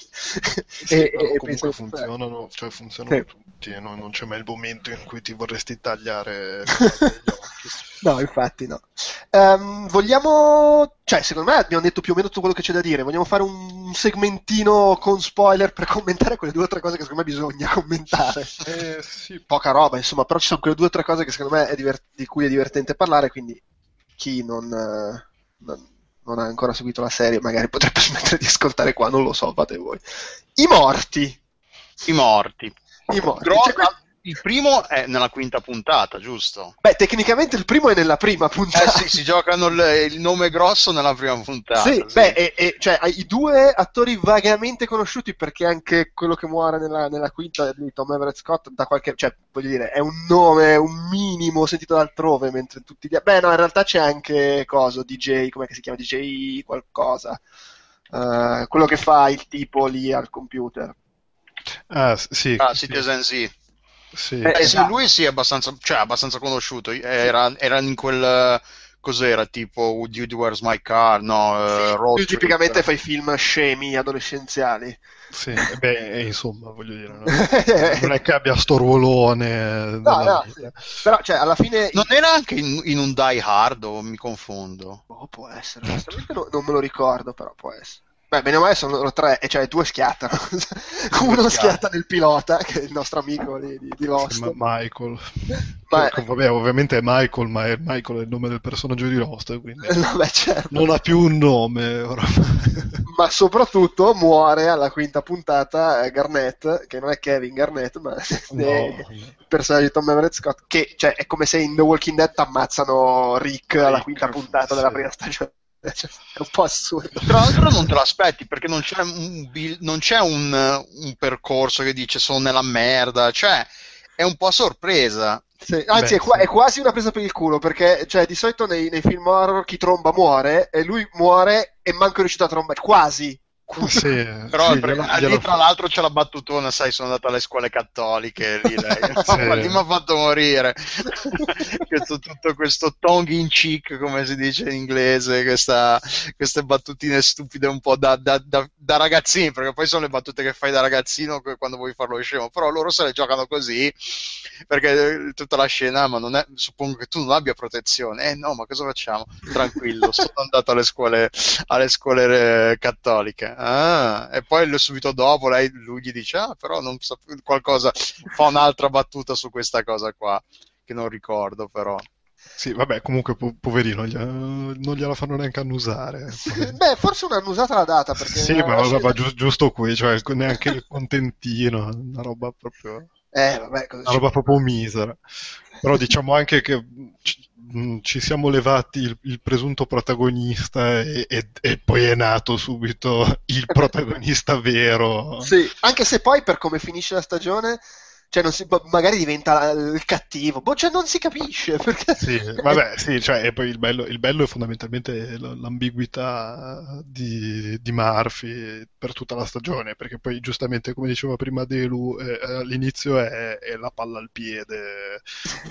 e, però e comunque penso- funzionano, cioè funzionano Sì. tutti, e non, non c'è mai il momento in cui ti vorresti tagliare gli occhi. No, infatti no. Ehm, vogliamo, cioè, secondo me abbiamo detto più o meno tutto quello che c'è da dire. Vogliamo fare un segmentino con spoiler per commentare quelle due o tre cose che secondo me bisogna commentare. Eh, sì, Poca roba, insomma, però ci sono quelle due o tre cose che secondo me è diver- di cui è divertente parlare, quindi chi non, eh, non, non ha ancora seguito la serie magari potrebbe smettere di ascoltare qua, non lo so, fate voi. I morti. I morti. I morti. Gro- Cioè, que- il primo è nella quinta puntata, giusto? Beh, tecnicamente il primo è nella prima Eh puntata. sì, si giocano il, il nome grosso nella prima puntata. Sì, sì. beh, e, e, cioè, hai i due attori vagamente conosciuti, perché anche quello che muore nella, nella quinta di Tom Everett Scott, da qualche, cioè, voglio dire, è un nome, un minimo sentito da altrove, mentre tutti gli... Beh, no, in realtà c'è anche, coso, D J, com'è che si chiama? D J qualcosa. Uh, quello che fa il tipo lì al computer. ah, sì, Ah, sì, Citizen Z. sì. Eh, Eh, sì, esatto. lui sì, è abbastanza, cioè, abbastanza conosciuto. Era, era in quel... Cos'era? Tipo Would You Do Where's My Car? No, eh, Road Lui Trip. tipicamente fa i film scemi adolescenziali. Sì, e beh, insomma, voglio dire, no? Non è che abbia sto ruolone No, nella no, vita. sì. Però, cioè, alla fine... Non era anche in, in un Die Hard o mi confondo? Oh, può essere, onestamente no- non me lo ricordo, però può essere. Beh, bene o male sono loro tre, e cioè due schiattano. Uno schiatta. schiatta nel pilota, che è il nostro amico di, di, di Lost. Sì, ma- Michael. Ma- Che- vabbè, ovviamente è Michael, ma è Michael è il nome del personaggio di Lost, quindi No, beh, certo. non ha più un nome oramai. Ma soprattutto muore alla quinta puntata eh, Garnett, che non è Kevin Garnett, ma No, è il personaggio di Tom Everett Scott, che cioè, è come se in The Walking Dead ammazzano Rick alla Rick, quinta puntata della sì. prima stagione. Cioè, è un po' assurdo. Tra l'altro non te lo aspetti perché non c'è un, bil- non c'è un, un percorso che dice sono nella merda, cioè è un po' a sorpresa. Sì, anzi, Beh, è, qua- sì. è quasi una presa per il culo, perché cioè, di solito nei, nei film horror chi tromba muore, e lui muore e manco è riuscito a trombare, quasi. Sì, Però sì, per- gliela- lì gliela- tra l'altro c'è la battutona, sai, sono andato alle scuole cattoliche, lì lei, Sì. ma lì mi ha fatto morire. questo, tutto questo tongue in cheek, come si dice in inglese, questa, queste battutine stupide un po' da, da, da, da ragazzini, perché poi sono le battute che fai da ragazzino quando vuoi farlo scemo, però loro se le giocano così, perché tutta la scena, ma non è, suppongo che tu non abbia protezione, eh no, ma cosa facciamo? Tranquillo, sono andato alle scuole, alle scuole eh, cattoliche. Ah, e poi subito dopo lei, lui gli dice ah però non so, qualcosa, fa un'altra battuta su questa cosa qua che non ricordo però. Sì, vabbè, comunque po- poverino, gli- non gliela fanno neanche annusare. Beh, forse un'annusata la data, perché Sì, ma la vabbè, ma scena- giu- giusto qui, cioè neanche il contentino, una roba proprio, Eh, vabbè, cosa una ci- roba proprio misera. Però diciamo anche che ci, mh, ci siamo levati il, il presunto protagonista e, e- e poi è nato subito il protagonista vero. Sì, anche se poi per come finisce la stagione, cioè non si, magari diventa il cattivo, boh, cioè non si capisce perché... Sì, vabbè, sì, cioè, e poi il bello, il bello è fondamentalmente l- l'ambiguità di, di Murphy per tutta la stagione, perché poi giustamente, come diceva prima Delu, eh, all'inizio è, è la palla al piede,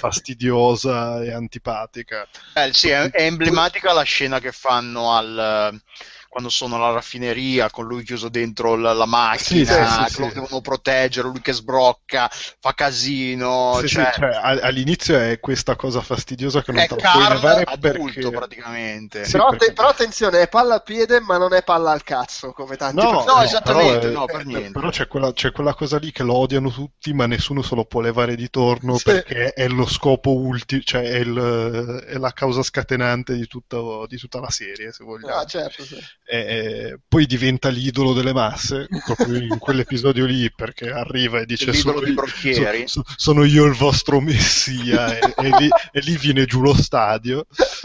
fastidiosa e antipatica. Eh, sì, è, è emblematica la scena che fanno al quando sono alla raffineria con lui chiuso dentro la, la macchina, Sì, sì, che sì, lo sì. devono proteggere, lui che sbrocca, fa casino, Sì, sì, cioè, cioè, a- all'inizio è questa cosa fastidiosa che non è te la puoi Carl levare adulto perché... praticamente. Sì, però, perché- te- però attenzione, è palla al piede, ma non è palla al cazzo, come tanti No, personaggi. no, no, esattamente, però, no, eh, per eh, niente. però c'è quella, c'è quella cosa lì che lo odiano tutti, ma nessuno se lo può levare di torno Sì. perché è lo scopo ultimo, cioè è, il- è la causa scatenante di, tutto- di tutta la serie, se vogliamo. Ah, certo, sì. E- e poi diventa l'idolo delle masse, proprio in quell'episodio lì, perché arriva e dice L'idolo sono, dei io- brocchieri. so- so- sono io il vostro messia, e, e lì, e lì viene giù lo stadio.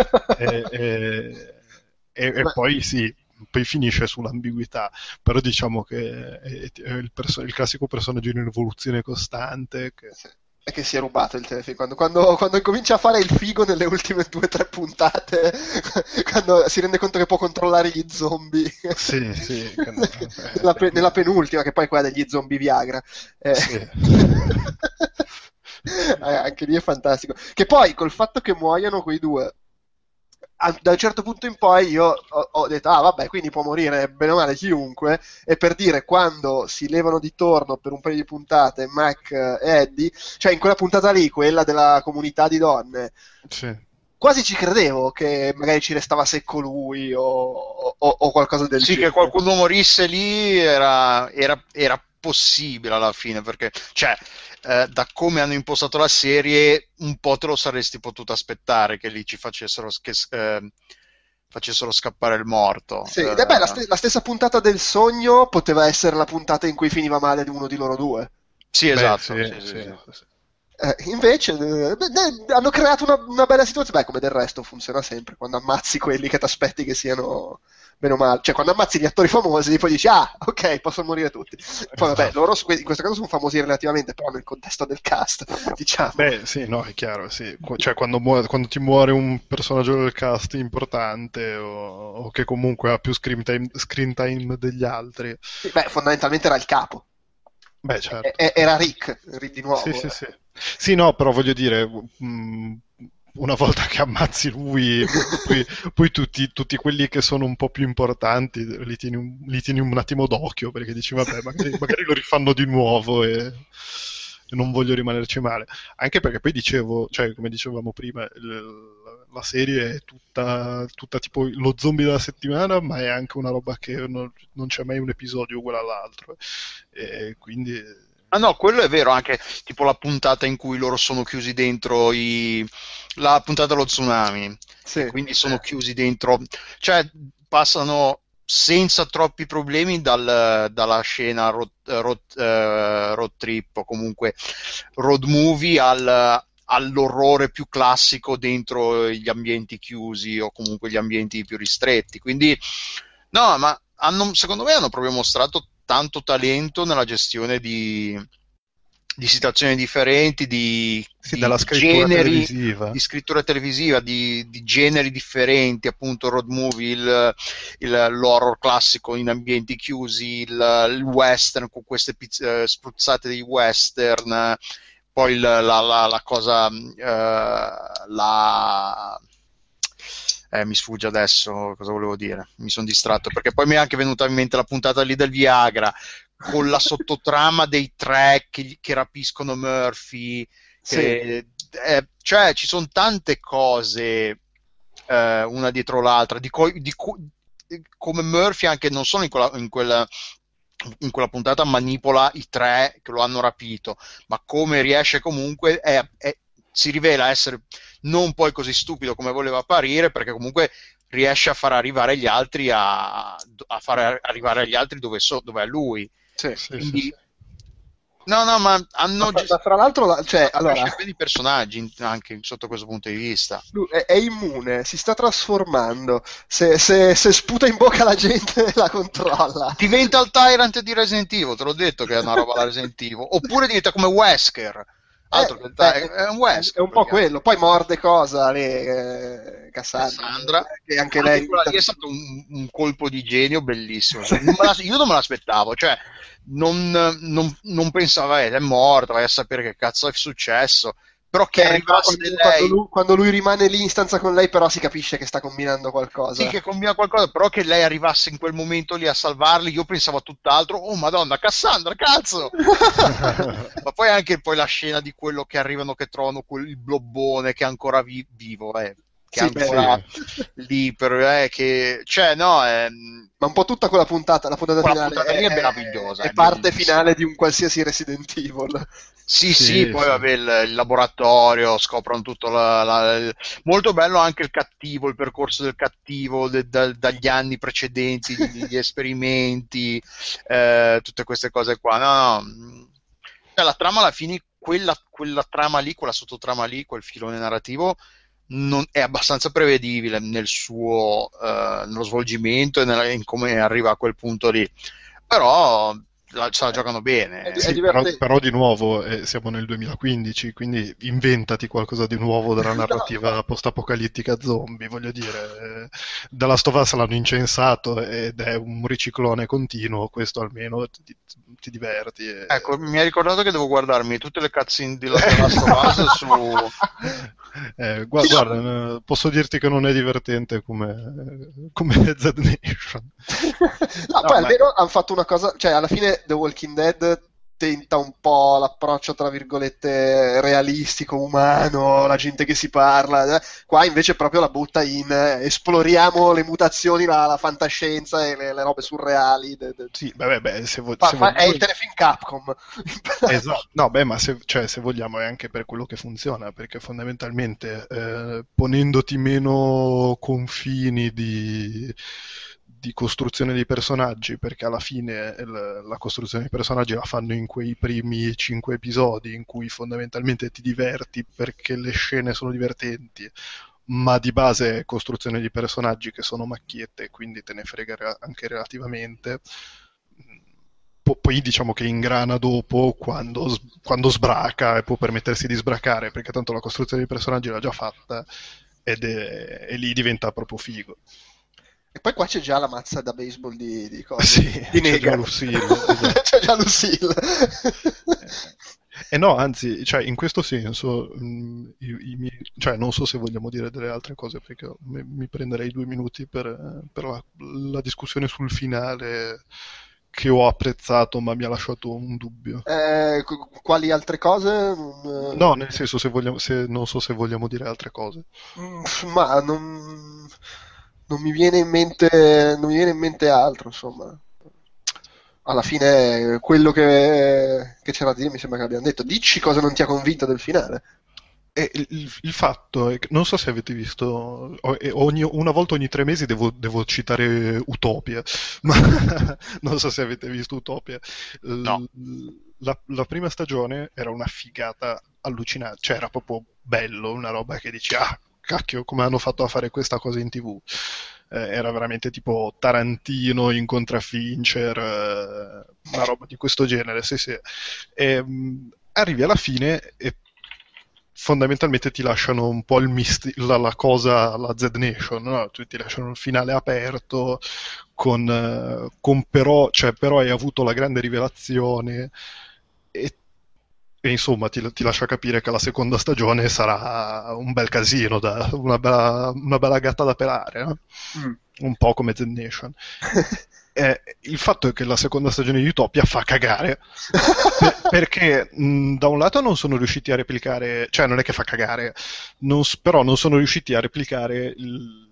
E, e- e- e Ma- poi sì, poi finisce sull'ambiguità, però diciamo che è, è il, perso- il classico personaggio in evoluzione costante che... Sì. È che si è rubato il telefilm quando, quando, quando comincia a fare il figo nelle ultime due o tre puntate, quando si rende conto che può controllare gli zombie. Sì, sì, che no, eh, nella, pe- nella penultima, che poi è quella degli zombie Viagra. Eh. sì. Eh, anche lì è fantastico. Che poi col fatto che muoiano quei due, a- da un certo punto in poi io ho, ho detto, ah vabbè, quindi può morire bene o male chiunque, e per dire, quando si levano di torno per un paio di puntate Mac e Eddie, cioè in quella puntata lì, quella della comunità di donne, Sì. quasi ci credevo che magari ci restava secco lui o, o- o qualcosa del Sì, genere. che qualcuno morisse lì era, era, era possibile alla fine, perché cioè, eh, da come hanno impostato la serie, un po' te lo saresti potuto aspettare che lì ci facessero, che, eh, facessero scappare il morto. Sì, ed è beh, la, Eh, st- la stessa puntata del sogno poteva essere la puntata in cui finiva male uno di loro due. sì, Beh, esatto. sì, Sì, sì, sì, sì. sì. Eh, invece eh, beh, beh, hanno creato una, una bella situazione. Beh, come del resto funziona sempre quando ammazzi quelli che ti aspetti che siano bene o male. Cioè, quando ammazzi gli attori famosi, poi dici, ah, ok, possono morire tutti. Poi, vabbè, Esatto. loro su- in questo caso sono famosi relativamente, però nel contesto del cast, diciamo. Beh, sì, no, è chiaro, sì. Qu- Cioè, quando, muore- quando ti muore un personaggio del cast importante o, o che comunque ha più screen time, screen time degli altri, Sì, beh, fondamentalmente era il capo. beh, E- certo. e- era Rick, Rick di Sì, nuovo. sì, eh. sì. Sì, no, però voglio dire, mh, una volta che ammazzi lui, poi, poi tutti, tutti quelli che sono un po' più importanti li tieni un, li tieni un attimo d'occhio, perché dici, vabbè, magari, magari lo rifanno di nuovo e, e non voglio rimanerci male. Anche perché poi dicevo, cioè, come dicevamo prima, il- la serie è tutta, tutta tipo lo zombie della settimana, ma è anche una roba che non, non c'è mai un episodio uguale all'altro. E quindi... Ah no, quello è vero, anche tipo la puntata in cui loro sono chiusi dentro i... la puntata dello tsunami, che Sì. quindi sono chiusi dentro, cioè passano senza troppi problemi dal- dalla scena road, road, eh, road trip o comunque road movie al- all'orrore più classico dentro gli ambienti chiusi o comunque gli ambienti più ristretti. Quindi no, ma hanno, secondo me hanno proprio mostrato tanto talento nella gestione di, di situazioni differenti, di, Sì, di dalla scrittura generi, televisiva. di scrittura televisiva, di, di generi differenti, appunto road movie, il, il- l'horror classico in ambienti chiusi, il, il western con queste pizz- eh, spruzzate di western, poi il- la, la- la cosa, eh, la eh, mi sfugge adesso cosa volevo dire, mi sono distratto perché poi mi è anche venuta in mente la puntata lì del Viagra con la sottotrama dei tre che, che rapiscono Murphy, Sì. che, eh, cioè ci sono tante cose eh, una dietro l'altra, di, co- di co- come Murphy anche non solo in quella, in quella in quella puntata manipola i tre che lo hanno rapito, ma come riesce comunque è, è, si rivela essere non poi così stupido come voleva apparire, perché comunque riesce a far arrivare gli altri a, a far arrivare gli altri dove, so, dove è lui. Sì. Sì, sì, sì. Quindi no, no, ma Ma hanno fra, ma gestito fra l'altro, la- cioè, allora, bene i personaggi anche sotto questo punto di vista. lui è, è immune, si sta trasformando. Se, se- se sputa in bocca la gente, la controlla. Diventa il Tyrant di Resident Evil, te l'ho detto che è una roba da Resident Evil, oppure diventa come Wesker, altro che Eh, il beh, Ty- è un è, è Wesker un po' praticamente. quello. Poi morde cosa, le, eh, Cassandra, Cassandra, che anche anche lei... quella lì è stato un, un colpo di genio bellissimo. Cioè, non me la- io non me l'aspettavo, cioè non, non, non pensavo eh, è morta, vai a sapere che cazzo è successo, però che Eh, però arrivasse quando, quando lei, lui, quando lui rimane lì in stanza con lei, però si capisce che sta combinando sì qualcosa. che combina qualcosa, però che lei arrivasse in quel momento lì a salvarli, io pensavo a tutt'altro, oh madonna, Cassandra, cazzo! Ma poi anche poi la scena di quello che arrivano che trovano quel il blobbone che è ancora vi- vivo, eh, che è Sì, beh, ancora Sì. lì per eh, che cioè no, è, ma un po' tutta quella puntata, la puntata quella finale puntata è, lì è è- meravigliosa, è è parte bellissima. finale di un qualsiasi Resident Evil. Sì, sì, Sì, poi sì. vabbè, il, il laboratorio, scoprono tutto la, la- il- molto bello anche il cattivo, il percorso del cattivo de- da- dagli anni precedenti, gli, gli esperimenti, eh, tutte queste cose qua. No, no. Cioè, la trama alla fine, quella, quella trama lì, quella sottotrama lì, quel filone narrativo non, è abbastanza prevedibile nel suo, eh, nello svolgimento e nella- in come arriva a quel punto lì. Però la, se la giocano bene. È, Sì, è però, divertente. però di nuovo eh, siamo nel duemilaquindici, quindi inventati qualcosa di nuovo della narrativa No, post-apocalittica zombie, voglio dire. Eh, The Last of Us l'hanno incensato ed è un riciclone continuo, questo almeno ti, ti diverti. E... Ecco, mi hai ricordato che devo guardarmi tutte le cutscene di The Last of Us su... Eh, gu- guarda, eh, posso dirti che non è divertente come, come Z Nation. No, No, poi ma- almeno hanno fatto una cosa, cioè alla fine The Walking Dead tenta un po' l'approccio tra virgolette realistico, umano, la gente che si parla, eh. Qua invece proprio la butta in eh, esploriamo le mutazioni, la, la fantascienza e le, le robe surreali. de- de- Sì, vabbè, beh, se, vo- fa- se fa- è vogliamo... il telefilm Capcom. Esatto, no, beh, ma se, cioè, se vogliamo è anche per quello che funziona, perché fondamentalmente eh, ponendoti meno confini di, di costruzione dei personaggi, perché alla fine il- la costruzione dei personaggi la fanno in quei primi cinque episodi in cui fondamentalmente ti diverti perché le scene sono divertenti, ma di base è costruzione di personaggi che sono macchiette, quindi te ne frega re- anche relativamente. Po- Poi diciamo che ingrana dopo quando, s- quando sbraca e può permettersi di sbracare, perché tanto la costruzione dei personaggi l'ha già fatta ed è- e lì diventa proprio figo. E poi qua c'è già la mazza da baseball di, di cose, Sì, di c'è già Negan. Lucille, esatto. C'è già Lucille. E no, anzi, cioè, in questo senso, mh, i- i miei- cioè, non so se vogliamo dire delle altre cose, perché mi, mi prenderei due minuti per, eh, per la, la discussione sul finale che ho apprezzato, ma mi ha lasciato un dubbio. Eh, qu- quali altre cose? Non- No, nel senso, se vogliamo, se, non so se vogliamo dire altre cose. Mm, ma non, non mi viene in mente, non mi viene in mente altro, insomma. Alla fine, quello che, che c'era da dire mi sembra che l'abbiamo detto. Dici cosa non ti ha convinto del finale. E il, il- il fatto è che, non so se avete visto, o- e ogni- una volta ogni tre mesi devo, devo citare Utopia, ma non so se avete visto Utopia. L- No. La, la prima stagione era una figata allucinante, cioè era proprio bello, una roba che dici, ah, cacchio, come hanno fatto a fare questa cosa in tivù? Eh, era veramente tipo Tarantino incontra Fincher, eh, una roba di questo genere, sì sì. E, mh, arrivi alla fine e fondamentalmente ti lasciano un po' il misti- la, la cosa, la Z Nation, no? Tu ti lasciano il finale aperto con, eh, con però, cioè, però hai avuto la grande rivelazione e, e insomma ti, ti lascia capire che la seconda stagione sarà un bel casino, da, una, bella, una bella gatta da pelare, no? Mm. Un po' come Z Nation. Eh, il fatto è che la seconda stagione di Utopia fa cagare per- perché mh, da un lato non sono riusciti a replicare, cioè non è che fa cagare, non s- però non sono riusciti a replicare il,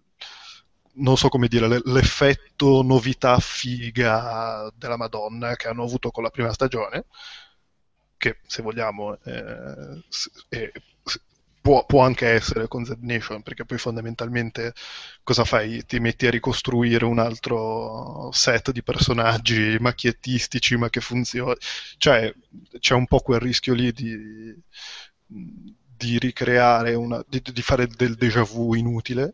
non so come dire, le- l'effetto novità figa della Madonna che hanno avuto con la prima stagione, che se vogliamo eh, s- è- s- può, può anche essere con Z Nation, perché poi fondamentalmente cosa fai? Ti metti a ricostruire un altro set di personaggi macchiettistici ma che funziona, cioè c'è un po' quel rischio lì di, di ricreare una, di, di fare del déjà vu inutile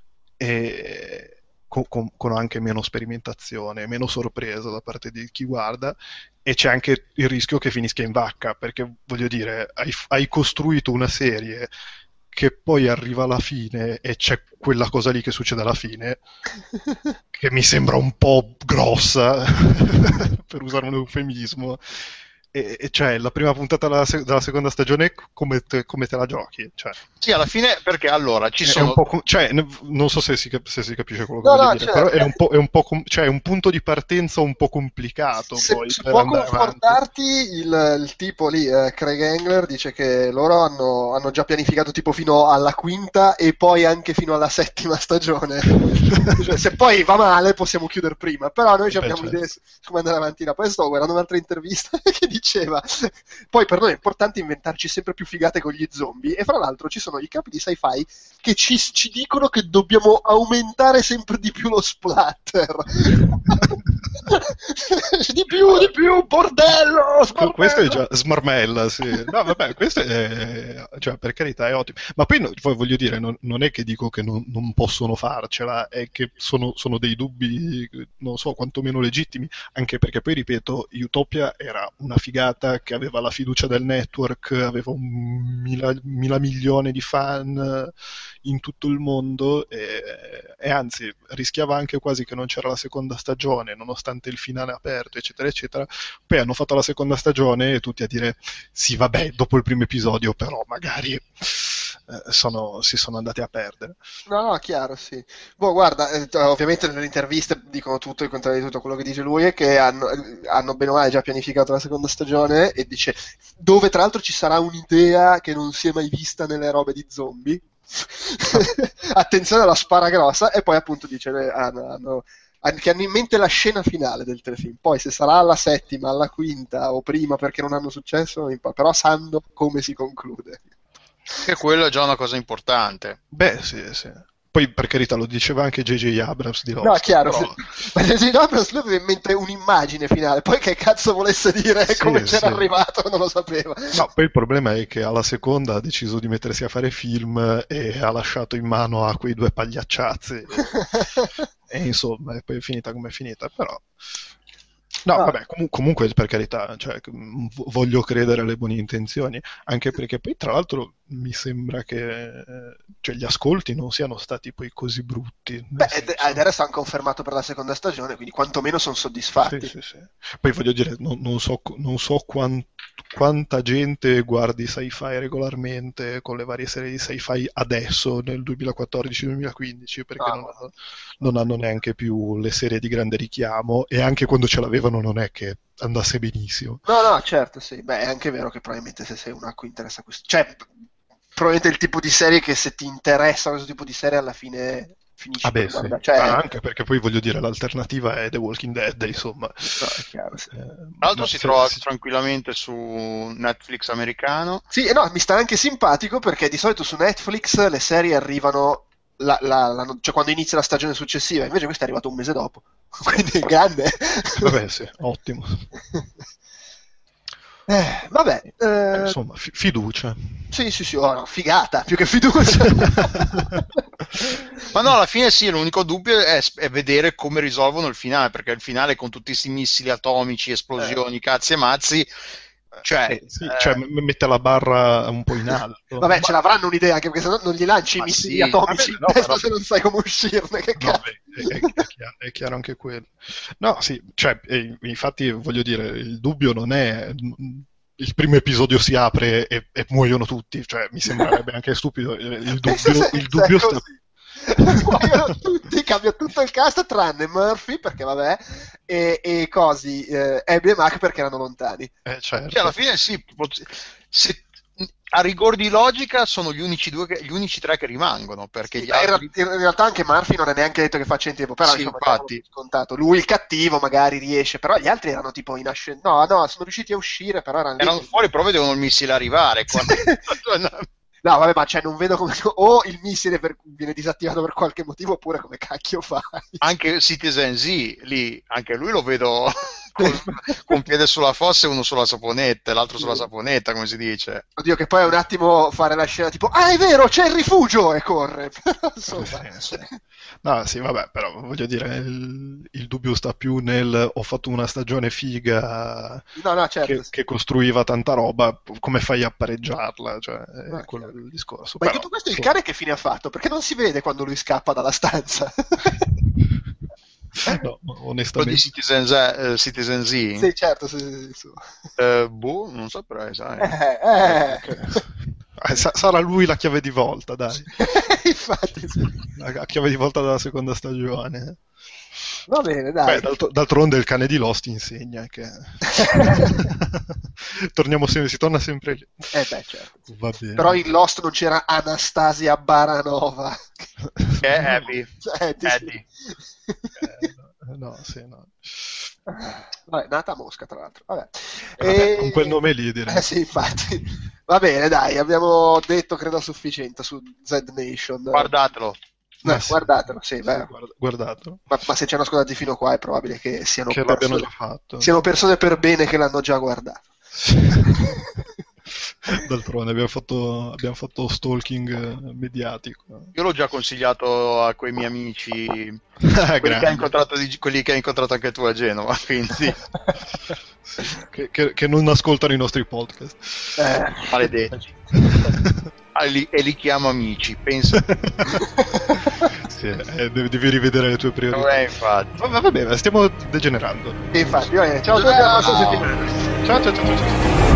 e con, con- con anche meno sperimentazione, meno sorpresa da parte di chi guarda, e c'è anche il rischio che finisca in vacca, perché voglio dire, hai, hai costruito una serie che poi arriva alla fine e c'è quella cosa lì che succede alla fine, che mi sembra un po' grossa, per usare un eufemismo. E, e cioè, la prima puntata della, se- della seconda stagione, come te, come te la giochi? Cioè, Sì, alla fine, perché allora ci è sono... un po' com- cioè, ne- non so se si, cap- se si capisce quello che No, voglio no, dire, certo. però è un po', è un po' com- cioè, è un punto di partenza un po' complicato Se, poi se per può andare avanti. confortarti, il, il tipo lì, eh, Craig Engler, dice che loro hanno, hanno già pianificato tipo fino alla quinta e poi anche fino alla settima stagione. Cioè, se poi va male possiamo chiudere prima, però noi ci Beh, abbiamo certo. idee su come andare avanti là. Poi sto guardando un'altra intervista che diceva poi per noi è importante inventarci sempre più figate con gli zombie, e fra l'altro ci sono i capi di sci-fi che ci, ci dicono che dobbiamo aumentare sempre di più lo splatter. Di più, di più, bordello, smarmella. Questo è già smarmella, sì. No, vabbè, questo è, cioè, per carità, è ottimo. Ma poi, no, poi voglio dire, non, non è che dico che non, non possono farcela, è che sono, sono dei dubbi, non so, quantomeno legittimi, anche perché poi, ripeto, Utopia era una figata che aveva la fiducia del network, aveva un mila, mila milioni di fan in tutto il mondo, e, e anzi, rischiava anche quasi che non c'era la seconda stagione, nonostante il finale aperto, eccetera, eccetera. Poi hanno fatto la seconda stagione e tutti a dire sì, vabbè, dopo il primo episodio, però magari eh, sono, si sono andati a perdere. No, no, chiaro, sì. Boh, guarda, eh, ovviamente nelle interviste dicono tutto il contrario di tutto quello che dice lui, è che hanno, hanno bene o male già pianificato la seconda stagione, e dice, dove tra l'altro ci sarà un'idea che non si è mai vista nelle robe di zombie. Attenzione alla spara grossa. E poi appunto dice eh, hanno, hanno, che hanno in mente la scena finale del telefilm, poi se sarà alla settima, alla quinta o prima perché non hanno successo, però sanno come si conclude, e quello è già una cosa importante. Beh, sì, sì. Poi, per carità, lo diceva anche J J Abrams di Lost. No, chiaro, però... sì. Ma J J Abrams lui aveva in mente un'immagine finale, poi che cazzo volesse dire, sì, come c'era sì. arrivato non lo sapeva. No, poi il problema è che alla seconda ha deciso di mettersi a fare film e ha lasciato in mano a quei due pagliacciazzi. E insomma, e poi è finita come è finita, però... No, ah. vabbè, com- comunque per carità, cioè, voglio credere alle buone intenzioni, anche perché poi tra l'altro mi sembra che eh, cioè, gli ascolti non siano stati poi così brutti. Beh, senso... ed adesso hanno confermato per la seconda stagione, quindi quantomeno sono soddisfatti. Sì, sì, sì. Poi voglio dire, non, non so, non so quant- quanta gente guardi sci-fi regolarmente con le varie serie di sci-fi adesso, nel duemilaquattordici duemilaquindici, perché ah, non, hanno, non hanno neanche più le serie di grande richiamo, e anche quando ce l'avevano non è che andasse benissimo. No, no, certo, sì. Beh, è anche vero che probabilmente se sei uno a cui interessa questo... Cioè, probabilmente il tipo di serie che se ti interessa questo tipo di serie alla fine finisci ah beh, per sì. Cioè... ah, anche perché poi voglio dire l'alternativa è The Walking Dead, insomma. No, è chiaro, sì. eh, tra l'altro si se... trova si... tranquillamente su Netflix americano. Sì, e no, mi sta anche simpatico perché di solito su Netflix le serie arrivano la, la, la, cioè quando inizia la stagione successiva, invece questo è arrivato un mese dopo, quindi è grande. Vabbè, sì, ottimo. Eh, vabbè, eh... insomma, fi- fiducia. Sì, sì, sì, oh, no, figata, più che fiducia. Ma no, alla fine sì, l'unico dubbio è, è vedere come risolvono il finale, perché il finale con tutti questi missili atomici, esplosioni, eh. cazzi e mazzi, cioè, eh, sì, eh... cioè m- mette la barra un po' in alto. Vabbè, ma... ce l'avranno un'idea, anche perché se no non gli lanci ma i missili sì. atomici, vabbè, no, adesso però... se non sai come uscirne, che no, cazzo. Beh, è, è, chiaro, è chiaro anche quello. No, sì, cioè, eh, infatti voglio dire, il dubbio non è... il primo episodio si apre e, e muoiono tutti, cioè mi sembrerebbe anche stupido. Il dubbio, il dubbio sta... muoiono tutti, cambia tutto il cast tranne Murphy perché vabbè e, e cosi eh, Abby e Mac perché erano lontani. Eh, certo. Cioè, alla fine sì, se, a rigor di logica sono gli unici due che, gli unici tre che rimangono, perché sì, gli altri... in realtà anche Murphy non è neanche detto che faccia in tempo, però sì, insomma, infatti scontato. Lui il cattivo magari riesce, però gli altri erano tipo in ascen- no no sono riusciti a uscire, però erano, erano lì... fuori, però vedevano il missile arrivare quando... No, vabbè, ma cioè non vedo come o il missile per... viene disattivato per qualche motivo, oppure come cacchio fai. Anche Citizen Z lì, anche lui lo vedo con, con piede sulla fossa e uno sulla saponetta e l'altro sulla saponetta, come si dice. Oddio, che poi è un attimo fare la scena tipo ah, è vero, c'è il rifugio e corre. Però, insomma... sì, sì. No, sì, vabbè, però voglio dire, il, il dubbio sta più nel ho fatto una stagione figa no, no, certo, che, sì. che costruiva tanta roba, come fai a pareggiarla? Cioè, è quello è il discorso. Ma però, in tutto questo il insomma... cane che fine ha fatto? Perché non si vede quando lui scappa dalla stanza. No, onestamente. Di Citizen Z, uh, Citizen Z? Sì, certo, sì, sì, sì. Uh, boh, non saprei, sai. Eh, eh. Okay. Eh, sarà lui la chiave di volta, dai. Infatti, sì. La chiave di volta della seconda stagione. Va bene, dai. Beh, d'alt- d'altronde il cane di Lost insegna che torniamo sempre, si torna sempre lì. Eh beh, certo. Va bene. Però in Lost non c'era Anastasia Baranova. Che è Abby. Cioè, ti... Abby. Eh, no, no, sì, no. Vabbè, nata a Mosca, tra l'altro. Vabbè. Vabbè, E- con quel nome lì, direi. Eh sì, infatti. Va bene, dai, abbiamo detto credo a sufficienza su Z Nation. Guardatelo. No, Ma sì. guardatelo, sì, Sì, beh. guarda- guardatelo. Ma, ma se ci hanno ascoltati fino qua è probabile che siano, Che l'abbiano persone, già fatto. siano persone per bene che l'hanno già guardato. D'altronde abbiamo fatto, abbiamo fatto stalking eh, mediatico. Io l'ho già consigliato a quei miei amici, Ah, quelli, che hai grande. incontrato di- quelli che hai incontrato anche tu a Genova, quindi che, che- che non ascoltano i nostri podcast. Eh, maledetti. Ah, li- e li chiamo amici, pensa. Sì, eh, devi, devi rivedere le tue priorità. Eh, infatti. Va, va bene, stiamo degenerando. infatti, va bene, ciao a tutti, alla prossima settimana. Ciao ciao ciao ciao. ciao.